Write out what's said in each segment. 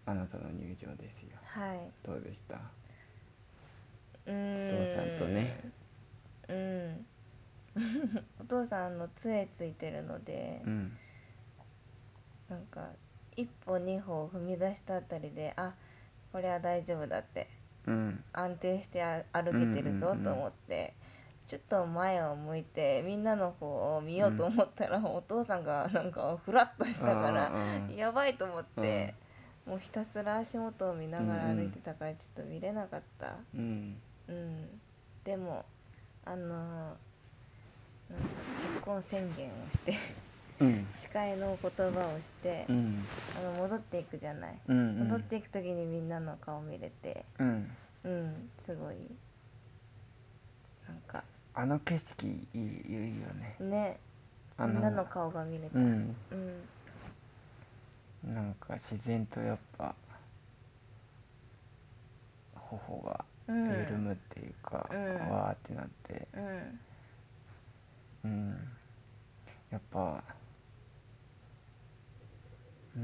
あなたの入場ですよ。 はい。 どうでした？お父さんとね。 お父さん杖ついてるので、 うん。 なんか一歩二歩踏み出したあたりで、あ、これは大丈夫だって、 うん。 安定して歩うんうけてるぞとん思って、ちょっと前を向いてみんなの方を見うん。 ようと思ったら、お父さんがなんかフラッとしうんたから、 うんやばいと思っうん。 て、もうひたすら足元を見なうんうがら歩いんてたから、ちょっと見れなかった。 うん。 うん。でもなんか結婚宣言をしてうん。 誓いの言葉をして、 うん。 戻っていくじゃない。 うんうん。 戻っていく時にみんなの顔見れて、 うん。 すごいなんかあの景色いいよね。 ね、みんなあの、 の顔が見れた。 うん。 うん。 なんか自然とやっぱ頬がうん。 緩むっていうか、 うん。 わーってなって、 うん。 うん。やっぱ、うん。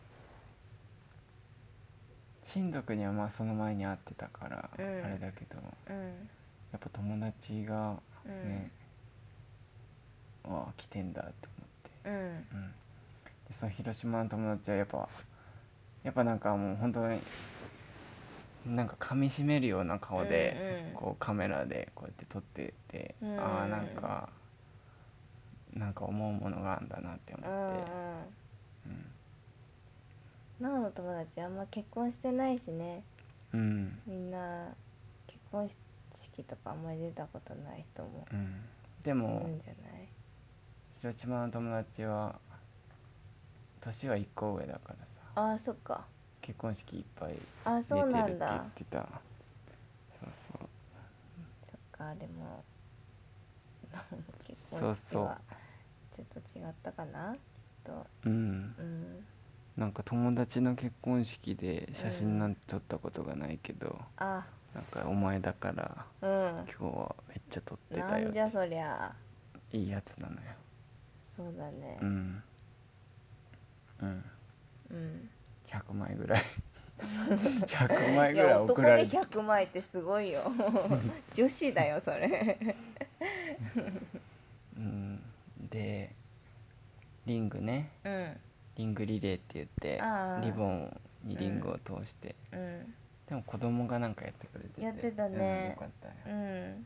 親族にはまあその前に会ってたからうん。 あれだけど、 うん。 やっぱ友達がうん。 ね、ああ来てんだって思って、 うん。 うん、でその広島の友達はやっぱなんかもう本当になんか噛み締めるようなうん。 顔でこうカメラでこうやって撮ってて、 うん。うああん。 なんか思うものがあるんだなって思うって、 ん。 うん、 なおの友達あんま結婚してないしね。 うん、 みんな結婚式とかあんまり出たことない人もうん、でもいるんじゃない？ 広島の友達は年は1個上だからさ、 ああ、そっか。 結婚式いっぱいあ、そう出てるって言っなんだ。 てた。そうそうそっか。でも結婚そうそ式はちょっと違ったかな、きっと。 う。うん。 うん。 なんか友達の結婚式でう写真なんん。 て撮ったことがないけど、 あ、 なんかお前だからうん。 今日はめっちゃ撮ってたよって。 なんじゃそりゃ。 いいやつなのよ。 そうだね。 うん。うん。 うん。 100枚ぐらい100枚いや、 ぐらい送男でられて。 100枚ってすごいよ。女子だよそれ。 うん。で、リングね。 うん。 リングリレーって言ってリああ。 ボンにうん。 リングを通して、 うん。 でも子供がなんかやってくれてて、 やってたうん、よね。 かったよ。 うん。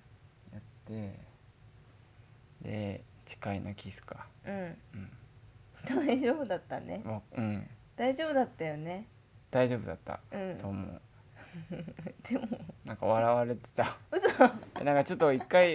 やってで誓いのキスか。 うん。 うん。 大丈夫だったね。 うん。 大丈夫だったよね。 大丈夫だったうん。 と思う。 でも、 なんか笑われてた。 嘘。 なんかちょっと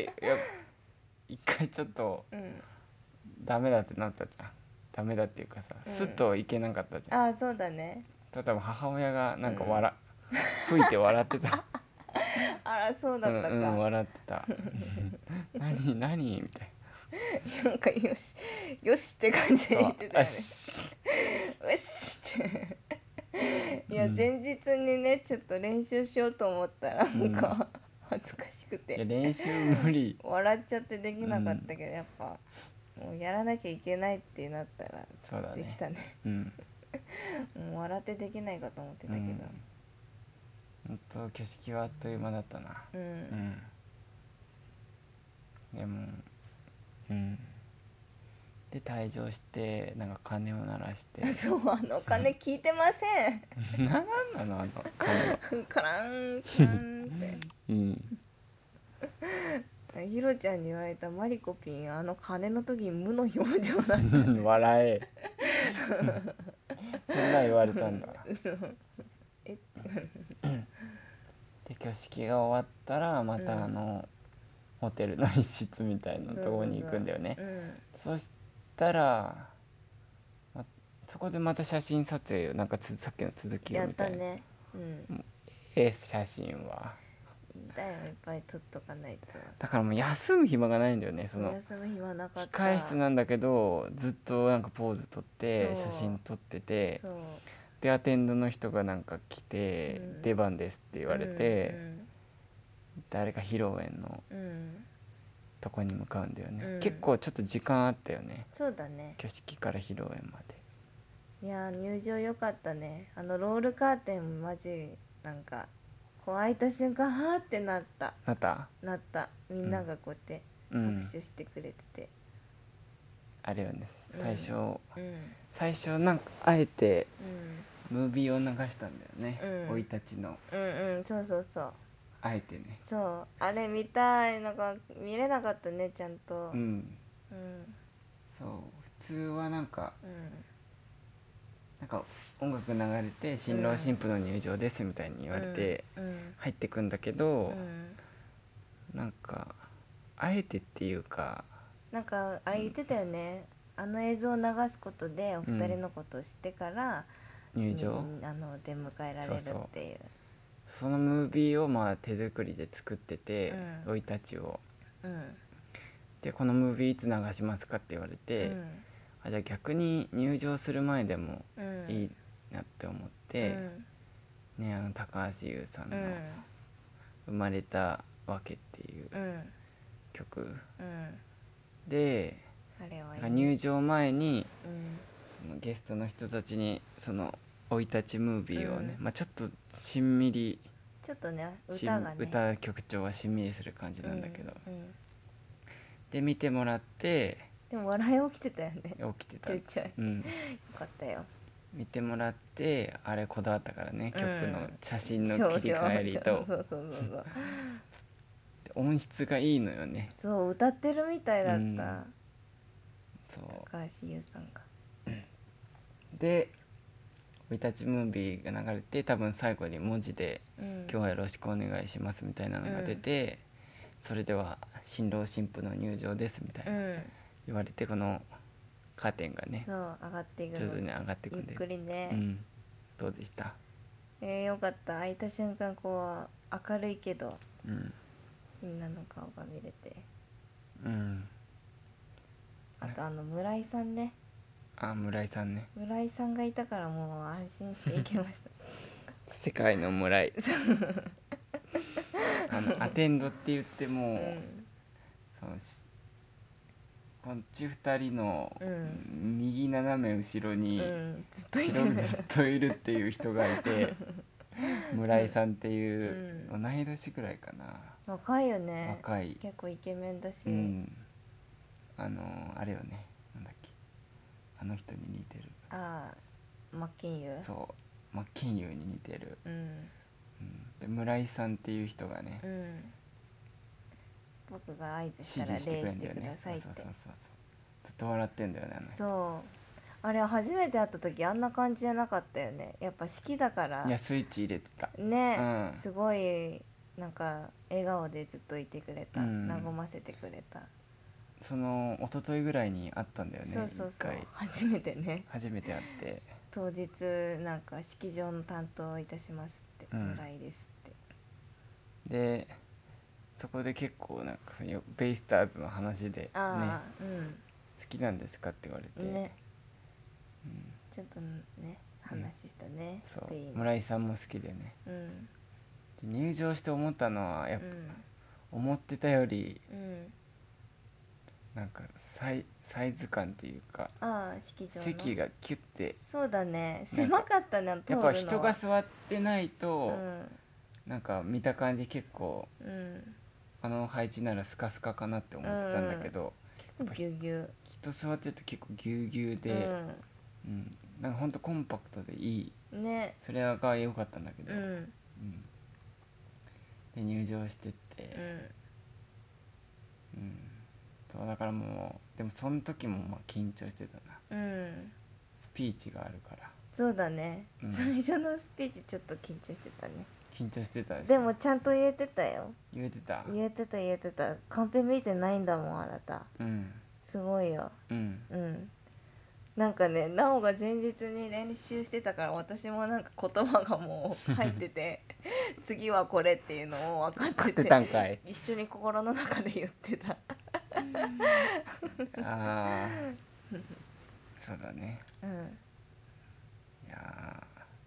一回ちょっとうん。 ダメだってなったじゃん。ダメだっていうかさ、スッうん。 といけなかったじゃん。 ああ、そうだね。 多分母親がなんかうん。 吹いて笑ってた。 あら、そうだうんうん、 ったか。 笑ってた。何何みたいなんか、よし、よしって感じでな。 言ってたよよね。 し。 よしって。いや、 うん。 前日にね、ちょっと練習しようと思ったら、なんうん。 か、恥ずかしくいや、 て。 練習無理。 笑っちゃってできなかっうん。 たけど、やっぱ、もうやらなきゃいけないってなったら、 そうだね。 できたね。 うん。 もう笑ってできないかと思ってうん。 たけど。 挙式はあっという間だったな。 うん。 うん。でも、うん。で、退場して、なんか鐘を鳴らして、 そう、鐘聞いてません。 なんなの、あの鐘は。 カラン、カランって。 うん。 ひろちゃんに言われた。マリコピン、鐘の時に無の表情だった。 笑え。そんなん言われたんだ。 嘘。え、 で、挙式が終わったら、まうん。 たホテルの一室みたいなそうとこに行そうそう。 くんだよね。 うん。 そしたら、まそこでまた写真撮影よ。なんかさっきの続きをやっみたいな。 たね。うん。 写真は。 だよ、いっぱい撮っとかないと。 だからもう休む暇がないんだよね。 そう、休む暇なかっ控室た。 なんだけど、ずっとなんかポーズ撮って写そ真撮ってて、 う。そでアテンドの人がなんか来う。うてん。 出番ですって言うん。 われうて、 ん。 誰か披露宴のうん。 とこに向かうんだよね。結うん。 構ちょっと時間あったよね。 そうだね。 挙式から披露宴まで。 いやー入場良かったね。ロールカーテンマジなんかこう開いた瞬間はーってなった。 なった。 なった。みんながこうやってうん拍手してくれてて、 あれよね、 うん、 最初、 うん最初なんかあえてうんムービーを流したんだよね、 うん生い立ちの、 うんうん、そうそうそう、 あえてね。 そうあれ見たい、なんか見れなかったねちゃんと。 うん、 うんそう普通はなんかうん音楽流れて新郎新婦の入場ですみたいに言われてうん入ってくんだけうど、 ん、 なんかあえてっていうか、 なんかあれ言ってたよね、あの映像を流すことでお二人のことを知ってから、 入場、 出迎えられるっていう。 そのムービーをまあ手作りで作ってて、 うん生い立ちを。 うんでこのムービーいつ流しますかって言われて、 うんじゃあ逆に入場する前でもうんいいなって思っうて、 んね、高橋優さんのうん 「生まれたわけ」っていううん曲うんで、 あれはいい。 入場前にうんゲストの人たちにその生い立ちムービーをね、 うんちょっとしんみり、 ちょっとね歌がね、 歌曲調はしんみりする感じなんだけど、 うんで見てもらって、 でも笑い起きてたよね。 起きてた、 ちょいちょい、 うん、 よかったよ。 見てもらって、あれこだわったからね、曲の写真のそう切り替えりとそうそうそうそう音質がいいのよね。 そう歌ってるみたいだった、 そ高橋優さんが。 うで生い立ちムービーが流れて、多分最後に文字で「今日はよろしくお願いします」みたいなのが出て、それでは新郎新婦の入場ですみたいな言われて、このカーテンがねそう上がっていくの、 徐々に上がっていくんで、 ゆっくりね、 どうでした？ よかった。開いた瞬間こう明るいけどうんみんなの顔が見れて、 うんあと村井さんね、 村井さんね、 村井さんがいたからもう安心していけました世界の村井アテンドって言っても、そのこっち2人の右斜め後ろにずっといるっていう人がいて村井さんっていう、同い年ぐらいかな。 若いよね、 若い、 結構イケメンだし、 あれよね、なんだっけ、あの人に似てる。 ああ真剣佑、 そう真剣佑に似てる、 うんで村井さんっていう人がね、 僕が合図指したら示してく礼してくだれんだよね。 さいって。 そうずっと笑ってんだよね、あの人。 そうあれ初めて会った時あんな感じじゃなかったよね。やっぱ好きだからいやスイッチ入れてたね、すごいなんか笑顔でずっといてくれた、和ませてくれた。 その一昨日ぐらいに会ったんだよね、 そうそうそう、 一回初めてね、 初めて会って、 当日なんか式場の担当いたしますって、村井ですって。 でそこで結構なんかベイスターズの話でね、好きなんですかって言われてね、ちょっとね話したね、スそうペインの。 村井さんも好きでね、で入場して思ったのはやっぱ、思ってたよりなんかサイズ感っていうか、 式場の席がキュッて、 そうだね、狭かったね、通るのは。 やっぱ人が座ってないと、なんか見た感じ結構、あの配置ならスカスカかなって思ってたんだけど、 結構ぎゅうぎゅう、 人座ってると結構ぎゅうぎゅうで、なんかほんとコンパクトでいい、 ね、 それが良かったんだけど、で入場してって、そうだからもう、でもその時もまあ緊張してたな、スピーチがあるから。 そうだね、最初のスピーチちょっと緊張してたね。 緊張してたでしょ。 でもちゃんと言えてたよ。 言えてた。 言えてた。カンペ見てないんだもんあなた。すごいよ。なんかね、なおが前日に練習してたから、私もなんか言葉がもう入ってて次はこれっていうのを分かっててたんかい。 一緒に心の中で言ってたそうだね。いや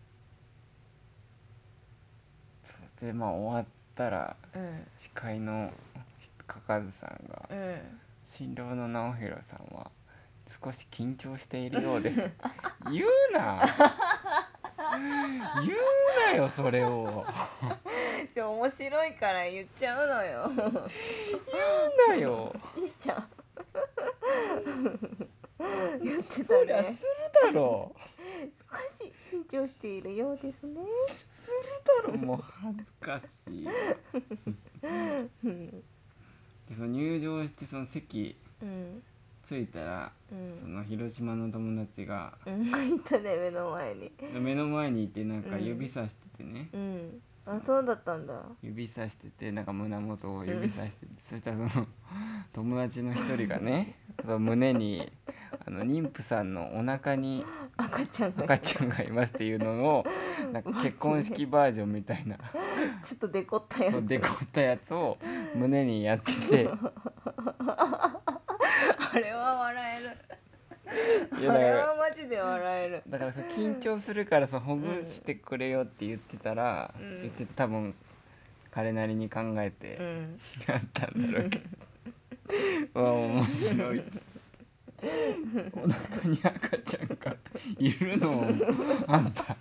そうで、まあ終わったら、司会のかかずさんが、新郎の直弘さんは少し緊張しているようです。言うな言うなよそれを面白いから言っちゃうのよ。 言うなよ。 いいじゃん。言ってたね。 そりゃするだろう。 少し緊張しているようですね。 するだろ、もう恥ずかしいわ。でその入場してその席着いたら、その広島の友達が、 いたね、目の前にいて、なんか指さしててね、 あ、そうだったんだ。 指さしてて、なんか胸元を指さしてて、そしたらその友達の一人がね、その胸に妊婦さんのお腹に赤ちゃんがいますっていうのをなんか結婚式バージョンみたいなちょっとデコったやつ、 デコったやつを胸にやっててあれは笑える。あれはマジで笑える。 だから緊張するからほぐしてくれよって言ってたら、言って多分彼なりに考えてやったんだろうけど、面白い。お腹に赤ちゃんがいるのをあんた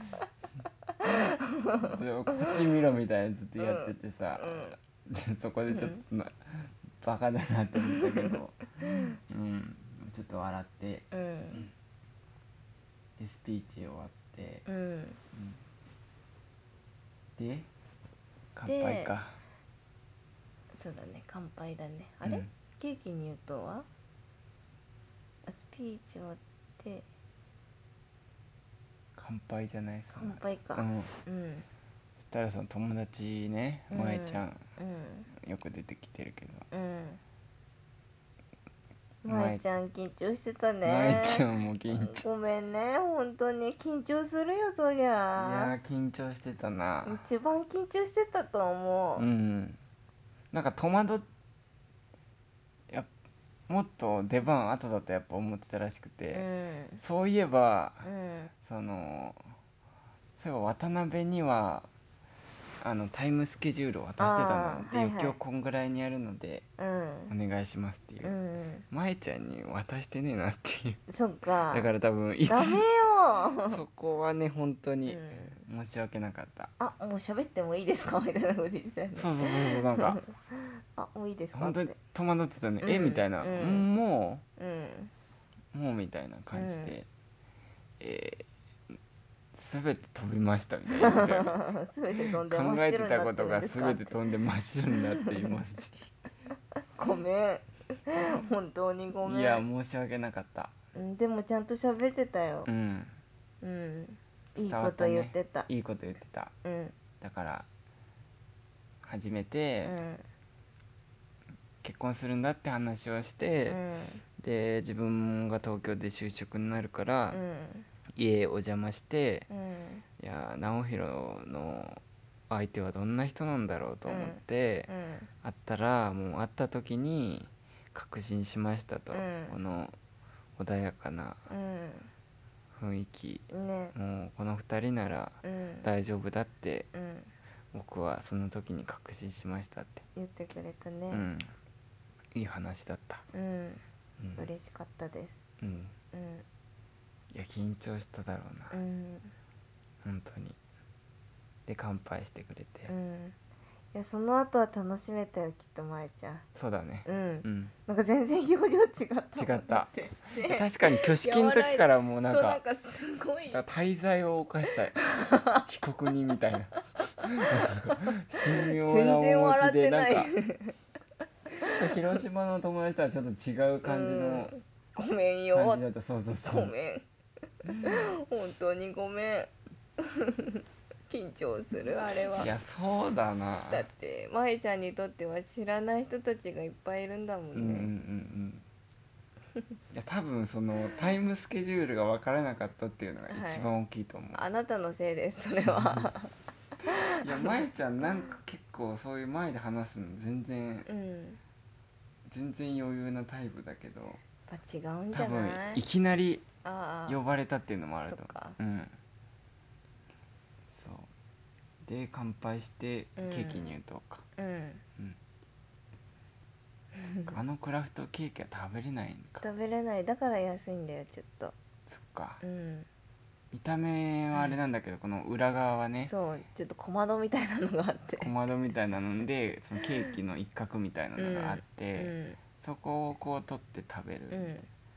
こっち見ろみたいなずっとやっててさ、そこでちょっとバカだなって思ったけど、ちょっと笑って、でスピーチ終わって、で乾杯か。 そうだね、乾杯だね。あれ、ケーキ入刀はスピーチ終わって乾杯じゃない。 乾杯か。 そしたらその友達ね、舞ちゃん、よく出てきてるけど、 舞ちゃん緊張してたね。 舞ちゃんも緊張。 ごめんね、本当に緊張するよそりゃ。 いや緊張してたな。 一番緊張してたと思う。 なんか戸惑っもっと出番後だとやっぱ思ってたらしくて、そういえば、そういえば渡辺にはタイムスケジュールを渡してたので、今日こんぐらいにやるので、お願いしますっていう、舞ちゃんに渡してねえなっていう。 そっか。 だから多分いつダメよそこはね本当に申し訳なかった。 もう喋ってもいいですかみたいなこと言ってたよね。 そうなんかもういいですか本当にって戸惑ってたね。みたいな、もうみたいな感じで、全て飛びましたみたいな言ってたよね。 全て飛んで真考えてっ白になってたことがるんですか全て飛んで真っ白になっています。 ごめん、本当にごめん。 いや申し訳なかった。 でもちゃんと喋ってたよ。いいこと言ってた。 いいこと言ってた。だから初めて結婚するんだって話をして、で自分が東京で就職になるから、家へお邪魔して、いや直弘の相手はどんな人なんだろうと思って、会ったらもう会った時に確信しましたと、この穏やかな雰囲気、もうこの2人なら大丈夫だって、僕はその時に確信しましたって言ってくれたね。 いい話だった。 嬉しかったです。 いや緊張しただろうな、本当に。で乾杯してくれて、 いやその後は楽しめたよきっと舞ちゃん。 そうだね。 なんか全然表情違ったもん。 違った。確かに挙式の時からもうなんかすごい大罪を犯した被告人みたいな神妙な面持ちで、なんか広島の友達とはちょっと違う感じのごめんよ感じだった。そうごめん本当にごめん緊張するあれは。 いやそうだな。 だって舞ちゃんにとっては知らない人たちがいっぱいいるんだもんね。 いや多分そのタイムスケジュールが分からなかったっていうのが一番大きいと思う。 あなたのせいですそれは。 いや舞ちゃんなんか結構そういう前で話すの全然余裕なタイプだけど、 やっぱ違うんじゃない？ 多分いきなり呼ばれたっていうのもあると思う。そうで乾杯してケーキ入刀か。 あのクラフトケーキは食べれないんか。 食べれない。だから安いんだよちょっと。 そっか、 うん、 見た目はあれなんだけどこの裏側はね、 そうちょっと小窓みたいなのがあって、 小窓みたいなのでそのケーキの一角みたいなのがあって、 うん、 そこをこう取って食べるみたいな、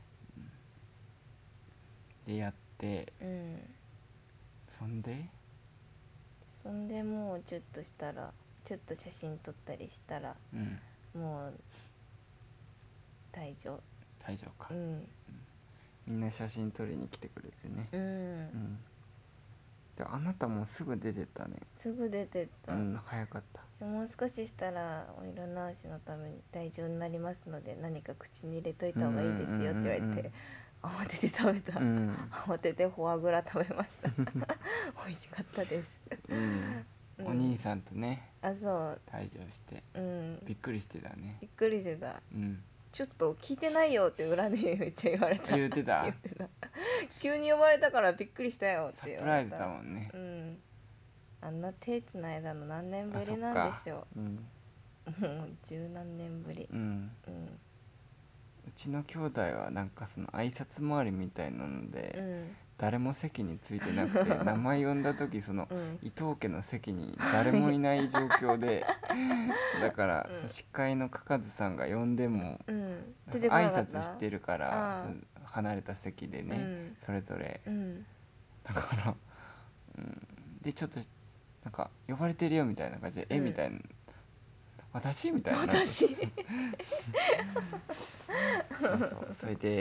でやって、 うん、 そんでもうちょっとしたらちょっと写真撮ったりしたら、もう退場か、 うんみんな写真撮りに来てくれてね、 うん、 であなたもすぐ出てったね。 すぐ出てった、 早かった。 もう少ししたらお色直しのために退場になりますので何か口に入れといた方がいいですよって言われて、慌てて食べた、慌ててフォアグラ食べました美味しかったです、 お兄さんとね、 あ、そう退場して、びっくりしてたね。 びっくりしてた、ちょっと聞いてないよって裏でめっちゃ言われた。 言ってた急に呼ばれたからびっくりしたよって言われた。 サプライズだもんね。 あんな手つないだの何年ぶりなんでしょう。もう十何年ぶり。 うちの兄弟はなんかその挨拶回りみたいなので、誰も席についてなくて名前呼んだ時その伊藤家の席に誰もいない状況でだから、司会のかかずさんが呼んでも、挨拶してるから離れた席でね、それぞれ、だから、でちょっとなんか呼ばれてるよみたいな感じで、みたいな、私みたいな、そうそう、それで